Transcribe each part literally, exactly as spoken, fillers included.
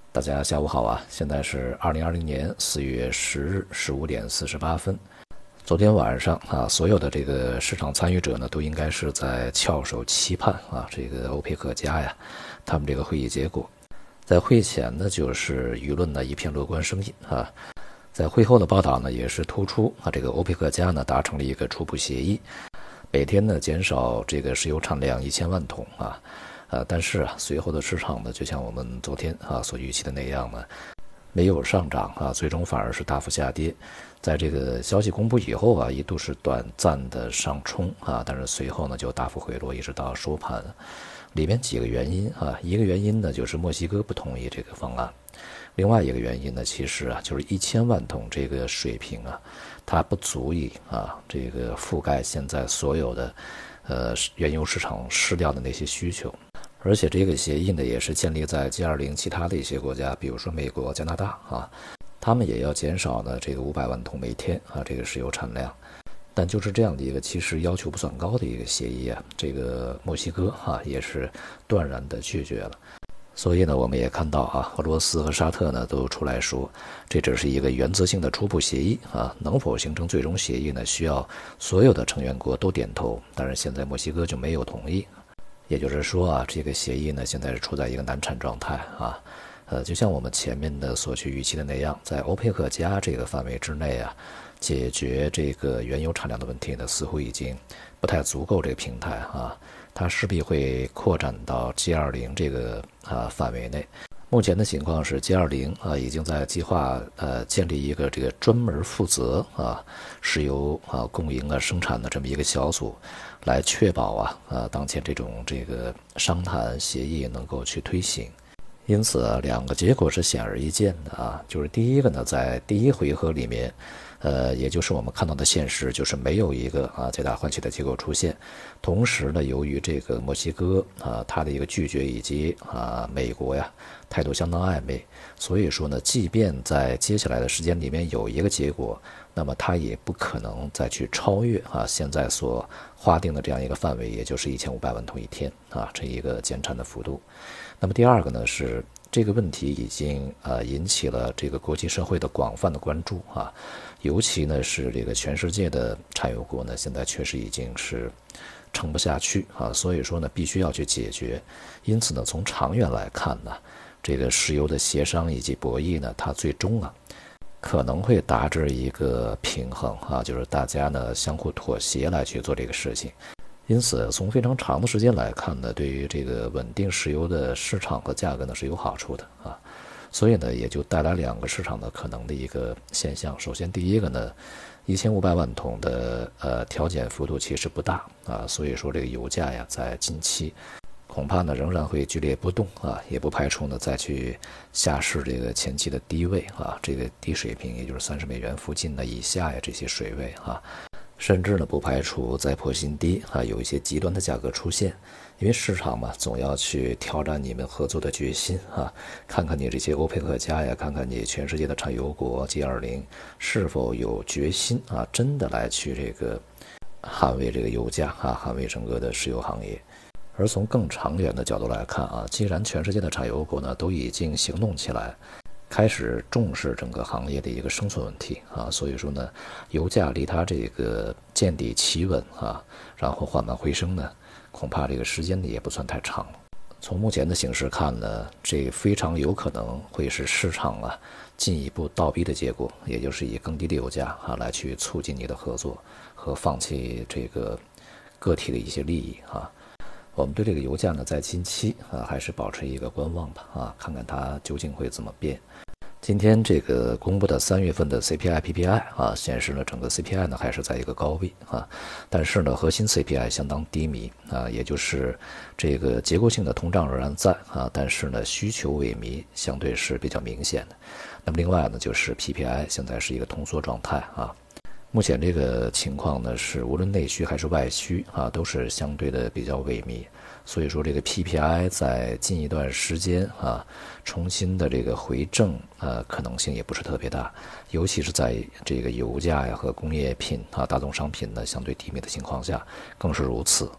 大家下午好啊！现在是二零二零年四月十日十五点四十八分。昨天晚上啊，所有的这个市场参与者呢，都应该是在翘首期盼啊，这个欧佩克加呀，他们这个会议结果。在会前呢，就是舆论的一片乐观声音啊。在会后的报道呢，也是突出啊，这个欧佩克加呢达成了一个初步协议，每天呢减少这个石油产量一千万桶啊。呃，但是啊，随后的市场呢，就像我们昨天啊所预期的那样呢，没有上涨啊，最终反而是大幅下跌。在这个消息公布以后啊，一度是短暂的上冲啊，但是随后呢就大幅回落，一直到收盘。里面几个原因啊，一个原因呢就是墨西哥不同意这个方案，另外一个原因呢，其实啊就是一千万桶这个水平啊，它不足以啊这个覆盖现在所有的呃原油市场失掉的那些需求。而且这个协议呢，也是建立在 G 二十 其他的一些国家，比如说美国、加拿大啊，他们也要减少呢这个五百万桶每天啊这个石油产量。但就是这样的一个其实要求不算高的一个协议啊，这个墨西哥啊也是断然的拒绝了。所以呢，我们也看到啊，俄罗斯和沙特呢都出来说，这只是一个原则性的初步协议啊，能否形成最终协议呢，需要所有的成员国都点头。但是现在墨西哥就没有同意。也就是说啊，这个协议呢，现在是处在一个难产状态啊，呃，就像我们前面的所去预期的那样，在欧佩克加这个范围之内啊，解决这个原油产量的问题呢，似乎已经不太足够这个平台啊，它势必会扩展到 G 二十 这个啊范围内。目前的情况是 G 二十 啊已经在计划呃建立一个这个专门负责啊石油啊供应啊生产的这么一个小组，来确保啊呃当前这种这个商谈协议能够去推行。因此啊，两个结果是显而易见的啊，就是第一个呢，在第一回合里面，呃，也就是我们看到的现实，就是没有一个啊皆大欢喜的结果出现。同时呢，由于这个墨西哥啊它的一个拒绝，以及啊美国呀态度相当暧昧，所以说呢，即便在接下来的时间里面有一个结果，那么它也不可能再去超越啊现在所划定的这样一个范围，也就是一千五百万桶一天啊这一个减产的幅度。那么第二个呢是这个问题已经呃引起了这个国际社会的广泛的关注啊，尤其呢是这个全世界的产油国呢现在确实已经是撑不下去啊，所以说呢必须要去解决。因此呢从长远来看呢，这个石油的协商以及博弈呢，它最终啊可能会达至一个平衡啊，就是大家呢相互妥协来去做这个事情。因此从非常长的时间来看呢，对于这个稳定石油的市场和价格呢是有好处的啊，所以呢也就带来两个市场的可能的一个现象。首先第一个呢，一千五百万桶的呃调减幅度其实不大啊，所以说这个油价呀在近期恐怕呢仍然会剧烈波动啊，也不排除呢再去下试这个前期的低位啊，这个低水平，也就是三十美元附近的以下呀这些水位啊。甚至呢，不排除再破新低啊，有一些极端的价格出现，因为市场嘛，总要去挑战你们合作的决心啊，看看你这些欧佩克加呀，看看你全世界的产油国 G 二十 是否有决心啊，真的来去这个捍卫这个油价啊，捍卫整个的石油行业。而从更长远的角度来看啊，既然全世界的产油国呢都已经行动起来，开始重视整个行业的一个生存问题啊，所以说呢，油价离它这个见底企稳啊，然后缓慢回升呢，恐怕这个时间呢也不算太长了。从目前的形势看呢，这非常有可能会是市场啊进一步倒逼的结果，也就是以更低的油价啊来去促进你的合作和放弃这个个体的一些利益啊。我们对这个油价呢，在近期啊还是保持一个观望吧啊，看看它究竟会怎么变。今天这个公布的三月份的 C P I、P P I 啊，显示呢整个 C P I 呢还是在一个高位啊，但是呢核心 C P I 相当低迷啊，也就是这个结构性的通胀仍然在啊，但是呢需求萎靡相对是比较明显的。那么另外呢就是 P P I 现在是一个通缩状态啊。目前这个情况呢，是无论内需还是外需啊，都是相对的比较萎靡，所以说这个 P P I 在近一段时间啊，重新的这个回正呃可能性也不是特别大，尤其是在这个油价呀和工业品啊、大宗商品呢相对低迷的情况下，更是如此。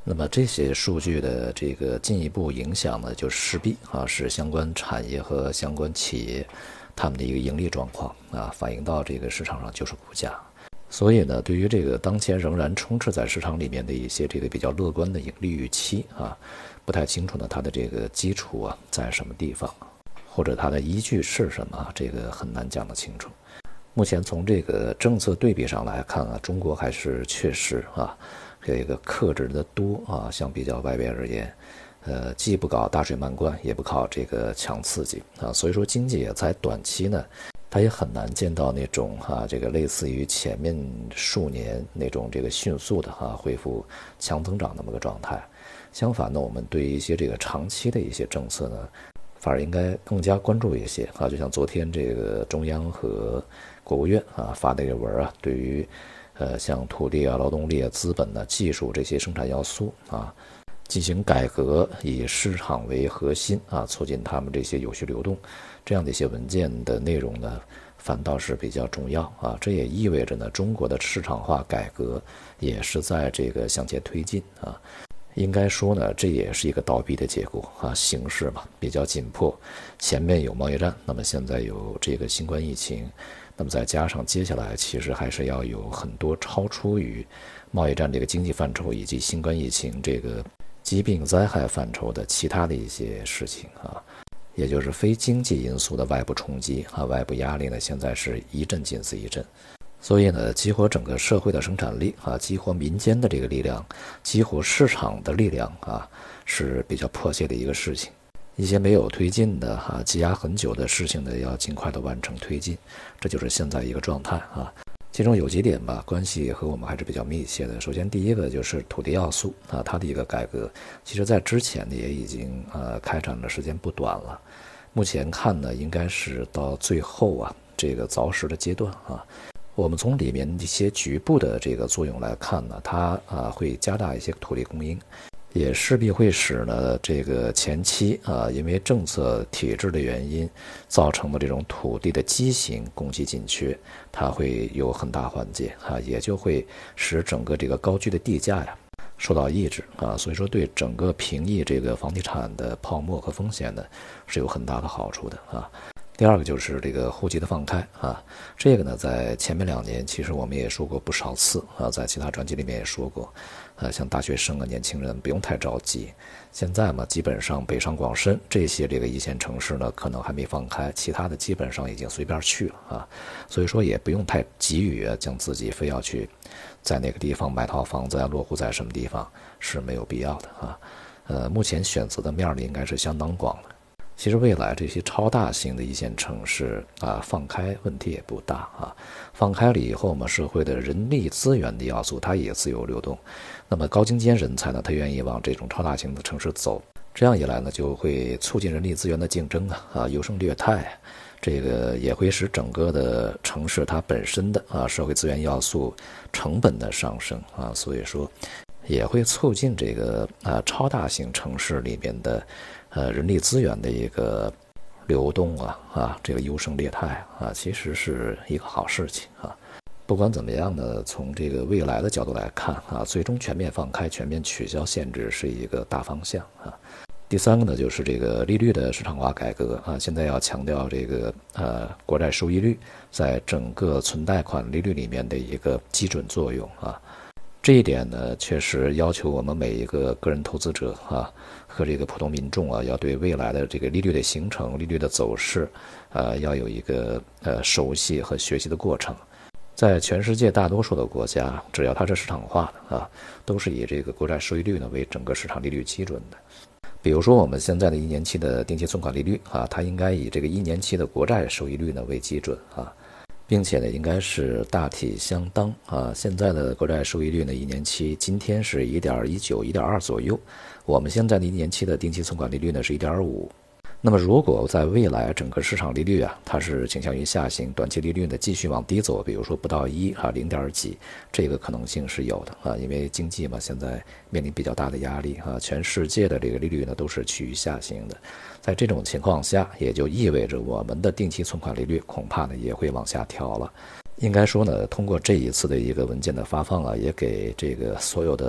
那么这些数据的这个进一步影响呢，就势必啊使相关产业和相关企业他们的一个盈利状况啊反映到这个市场上，就是股价。所以呢，对于这个当前仍然充斥在市场里面的一些这个比较乐观的盈利预期啊，不太清楚呢它的这个基础啊在什么地方，或者它的依据是什么，这个很难讲得清楚。目前从这个政策对比上来看啊，中国还是确实啊这个克制的多啊，相比较外边而言，呃，既不搞大水漫灌，也不搞这个强刺激啊，所以说经济也在短期呢，它也很难见到那种哈、啊，这个类似于前面数年那种这个迅速的哈、啊、恢复强增长那么个状态。相反呢，我们对一些这个长期的一些政策呢，反而应该更加关注一些啊。就像昨天这个中央和国务院啊发的这个文啊，对于呃像土地啊、劳动力啊、资本呢、技术这些生产要素啊进行改革，以市场为核心啊，促进他们这些有序流动。这样的一些文件的内容呢，反倒是比较重要啊。这也意味着呢，中国的市场化改革也是在这个向前推进啊。应该说呢，这也是一个倒逼的结果啊，形势嘛比较紧迫，前面有贸易战，那么现在有这个新冠疫情，那么再加上接下来其实还是要有很多超出于贸易战这个经济范畴以及新冠疫情这个疾病灾害范畴的其他的一些事情啊。也就是非经济因素的外部冲击啊，外部压力呢，现在是一阵紧似一阵，所以呢，激活整个社会的生产力啊，激活民间的这个力量，激活市场的力量啊，是比较迫切的一个事情。一些没有推进的哈、啊，积压很久的事情呢，要尽快的完成推进，这就是现在一个状态啊。其中有几点吧，关系和我们还是比较密切的。首先，第一个就是土地要素啊，它的一个改革，其实在之前呢也已经呃开展的时间不短了。目前看呢，应该是到最后啊这个凿实的阶段啊。我们从里面一些局部的这个作用来看呢，它啊会加大一些土地供应。也势必会使呢这个前期啊，因为政策体制的原因造成的这种土地的畸形供给紧缺，它会有很大缓解啊，也就会使整个这个高居的地价呀受到抑制啊，所以说对整个平抑这个房地产的泡沫和风险呢是有很大的好处的啊。第二个就是这个户籍的放开啊，这个呢在前面两年其实我们也说过不少次啊，在其他专辑里面也说过。呃，像大学生啊、年轻人不用太着急。现在嘛，基本上北上广深这些这个一线城市呢，可能还没放开，其他的基本上已经随便去了啊。所以说也不用太急于将自己非要去在哪个地方买套房子啊，落户在什么地方是没有必要的啊。呃，目前选择的面呢应该是相当广的。其实未来这些超大型的一线城市啊，放开问题也不大啊。放开了以后嘛，社会的人力资源的要素它也自由流动。那么高精尖人才呢，他愿意往这种超大型的城市走，这样一来呢，就会促进人力资源的竞争啊，啊，优胜劣汰，这个也会使整个的城市它本身的啊社会资源要素成本的上升啊，所以说也会促进这个啊超大型城市里面的呃人力资源的一个流动啊啊，这个优胜劣汰啊，其实是一个好事情啊。不管怎么样呢，从这个未来的角度来看啊，最终全面放开、全面取消限制是一个大方向啊。第三个呢，就是这个利率的市场化改革啊，现在要强调这个呃国债收益率在整个存贷款利率里面的一个基准作用啊。这一点呢，确实要求我们每一个个人投资者啊和这个普通民众啊，要对未来的这个利率的形成、利率的走势，呃，要有一个呃熟悉和学习的过程。在全世界大多数的国家，只要它是市场化的啊，都是以这个国债收益率呢为整个市场利率基准的。比如说我们现在的一年期的定期存款利率啊，它应该以这个一年期的国债收益率呢为基准啊，并且呢应该是大体相当啊。现在的国债收益率呢一年期今天是 一点一九、一点二 左右，我们现在的一年期的定期存款利率呢是 一点五。那么如果在未来整个市场利率啊，它是倾向于下行，短期利率呢继续往低走，比如说不到一啊，零点几，这个可能性是有的啊，因为经济嘛现在面临比较大的压力啊，全世界的这个利率呢都是趋于下行的，在这种情况下，也就意味着我们的定期存款利率恐怕呢也会往下调了。应该说呢，通过这一次的一个文件的发放啊，也给这个所有的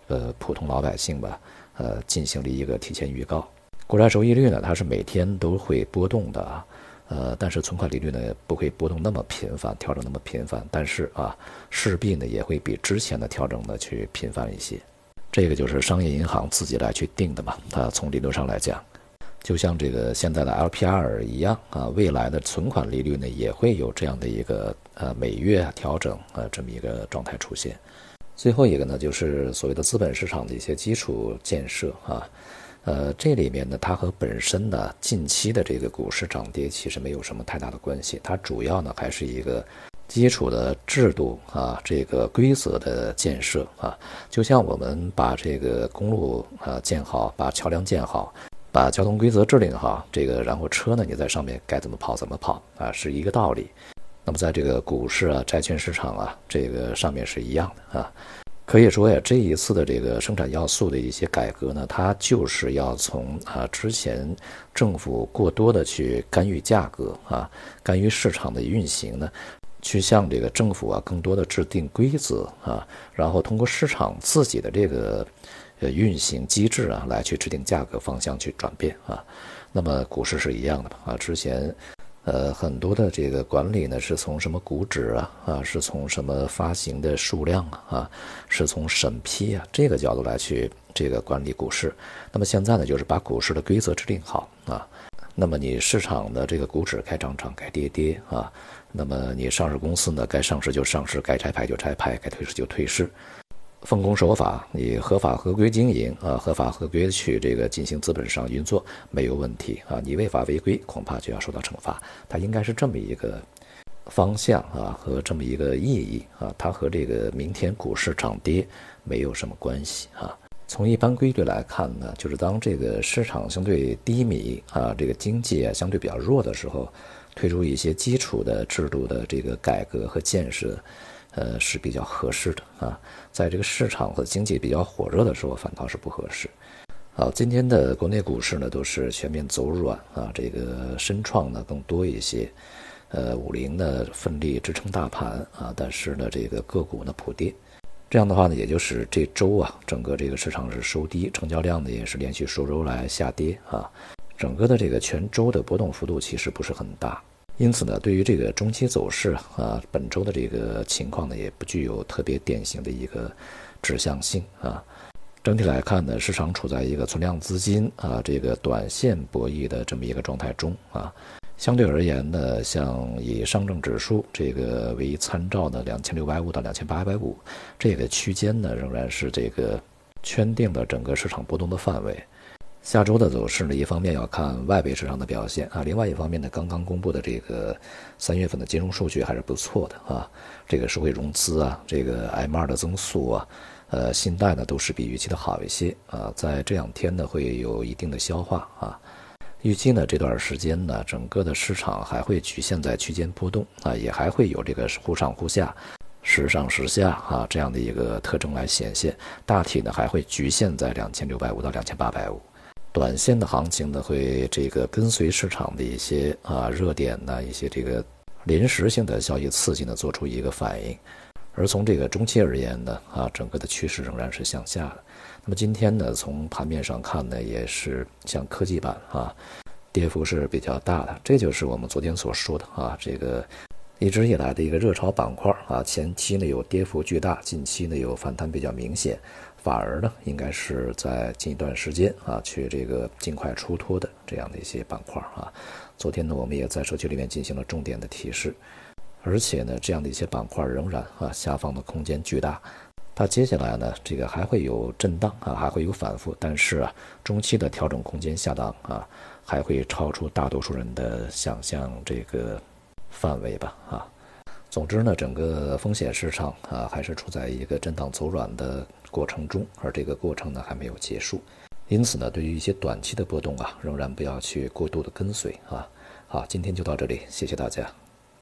呃普通老百姓吧，呃进行了一个提前预告。国债收益率呢，它是每天都会波动的啊，呃，但是存款利率呢不会波动那么频繁，调整那么频繁，但是啊，势必呢也会比之前的调整呢去频繁一些。这个就是商业银行自己来去定的嘛，它从理论上来讲，就像这个现在的 L P R 一样啊，未来的存款利率呢也会有这样的一个呃每月调整啊这么一个状态出现。最后一个呢，就是所谓的资本市场的一些基础建设啊。呃，这里面呢，它和本身的近期的这个股市涨跌其实没有什么太大的关系，它主要呢还是一个基础的制度啊，这个规则的建设啊，就像我们把这个公路啊建好，把桥梁建好，把交通规则制定好，这个然后车呢你在上面该怎么跑怎么跑啊，是一个道理。那么在这个股市啊、债券市场啊，这个上面是一样的啊。可以说呀，这一次的这个生产要素的一些改革呢，它就是要从啊之前政府过多的去干预价格啊，干预市场的运行呢，去向这个政府啊更多的制定规则啊，然后通过市场自己的这个呃运行机制啊，来去制定价格方向去转变啊。那么股市是一样的啊，之前。呃，很多的这个管理呢，是从什么股指啊，啊，是从什么发行的数量啊，啊，是从审批啊这个角度来去这个管理股市。那么现在呢，就是把股市的规则制定好啊。那么你市场的这个股指该涨涨，该跌跌啊。那么你上市公司呢，该上市就上市，该拆牌就拆牌，该退市就退市。奉公守法，你合法合规经营啊，合法合规的去这个进行资本市场运作没有问题啊，你违法违规恐怕就要受到惩罚，它应该是这么一个方向啊和这么一个意义啊，它和这个明天股市涨跌没有什么关系啊。从一般规律来看呢，就是当这个市场相对低迷啊，这个经济啊相对比较弱的时候，推出一些基础的制度的这个改革和建设。呃，是比较合适的啊，在这个市场和经济比较火热的时候，反倒是不合适。好，今天的国内股市呢都是全面走软啊，这个深创呢更多一些，呃，五零呢奋力支撑大盘啊，但是呢这个个股呢普跌，这样的话呢，也就是这周啊，整个这个市场是收低，成交量呢也是连续数周来下跌啊，整个的这个全周的波动幅度其实不是很大。因此呢，对于这个中期走势啊，本周的这个情况呢，也不具有特别典型的一个指向性啊。整体来看呢，市场处在一个存量资金啊，这个短线博弈的这么一个状态中啊。相对而言呢，像以上证指数这个为参照的两千六百五到两千八百五这个区间呢，仍然是这个圈定的整个市场波动的范围。下周的走势呢，一方面要看外围市场的表现啊，另外一方面呢，刚刚公布的这个三月份的金融数据还是不错的啊，这个社会融资啊，这个 M 二 的增速啊，呃，信贷呢都是比预期的好一些啊，在这两天呢会有一定的消化啊，预计呢这段时间呢，整个的市场还会局限在区间波动啊，也还会有这个忽上忽下。时上时下啊，这样的一个特征来显现，大体呢还会局限在两千六百五到两千八百五。短线的行情呢，会这个跟随市场的一些啊热点呢，一些这个临时性的消息刺激呢，做出一个反应。而从这个中期而言呢，啊，整个的趋势仍然是向下的。那么今天呢，从盘面上看呢，也是像科技板啊，跌幅是比较大的。这就是我们昨天所说的啊，这个一直以来的一个热潮板块啊，前期呢有跌幅巨大，近期呢有反弹比较明显。反而呢，应该是在近一段时间啊，去这个尽快出脱的这样的一些板块啊。昨天呢，我们也在社区里面进行了重点的提示，而且呢，这样的一些板块仍然啊，下方的空间巨大。它接下来呢，这个还会有震荡啊，还会有反复，但是啊，中期的调整空间下档啊，还会超出大多数人的想象这个范围吧啊。总之呢，整个风险市场啊，还是处在一个震荡走软的过程中，而这个过程呢还没有结束，因此呢，对于一些短期的波动啊，仍然不要去过度的跟随啊。好，今天就到这里，谢谢大家。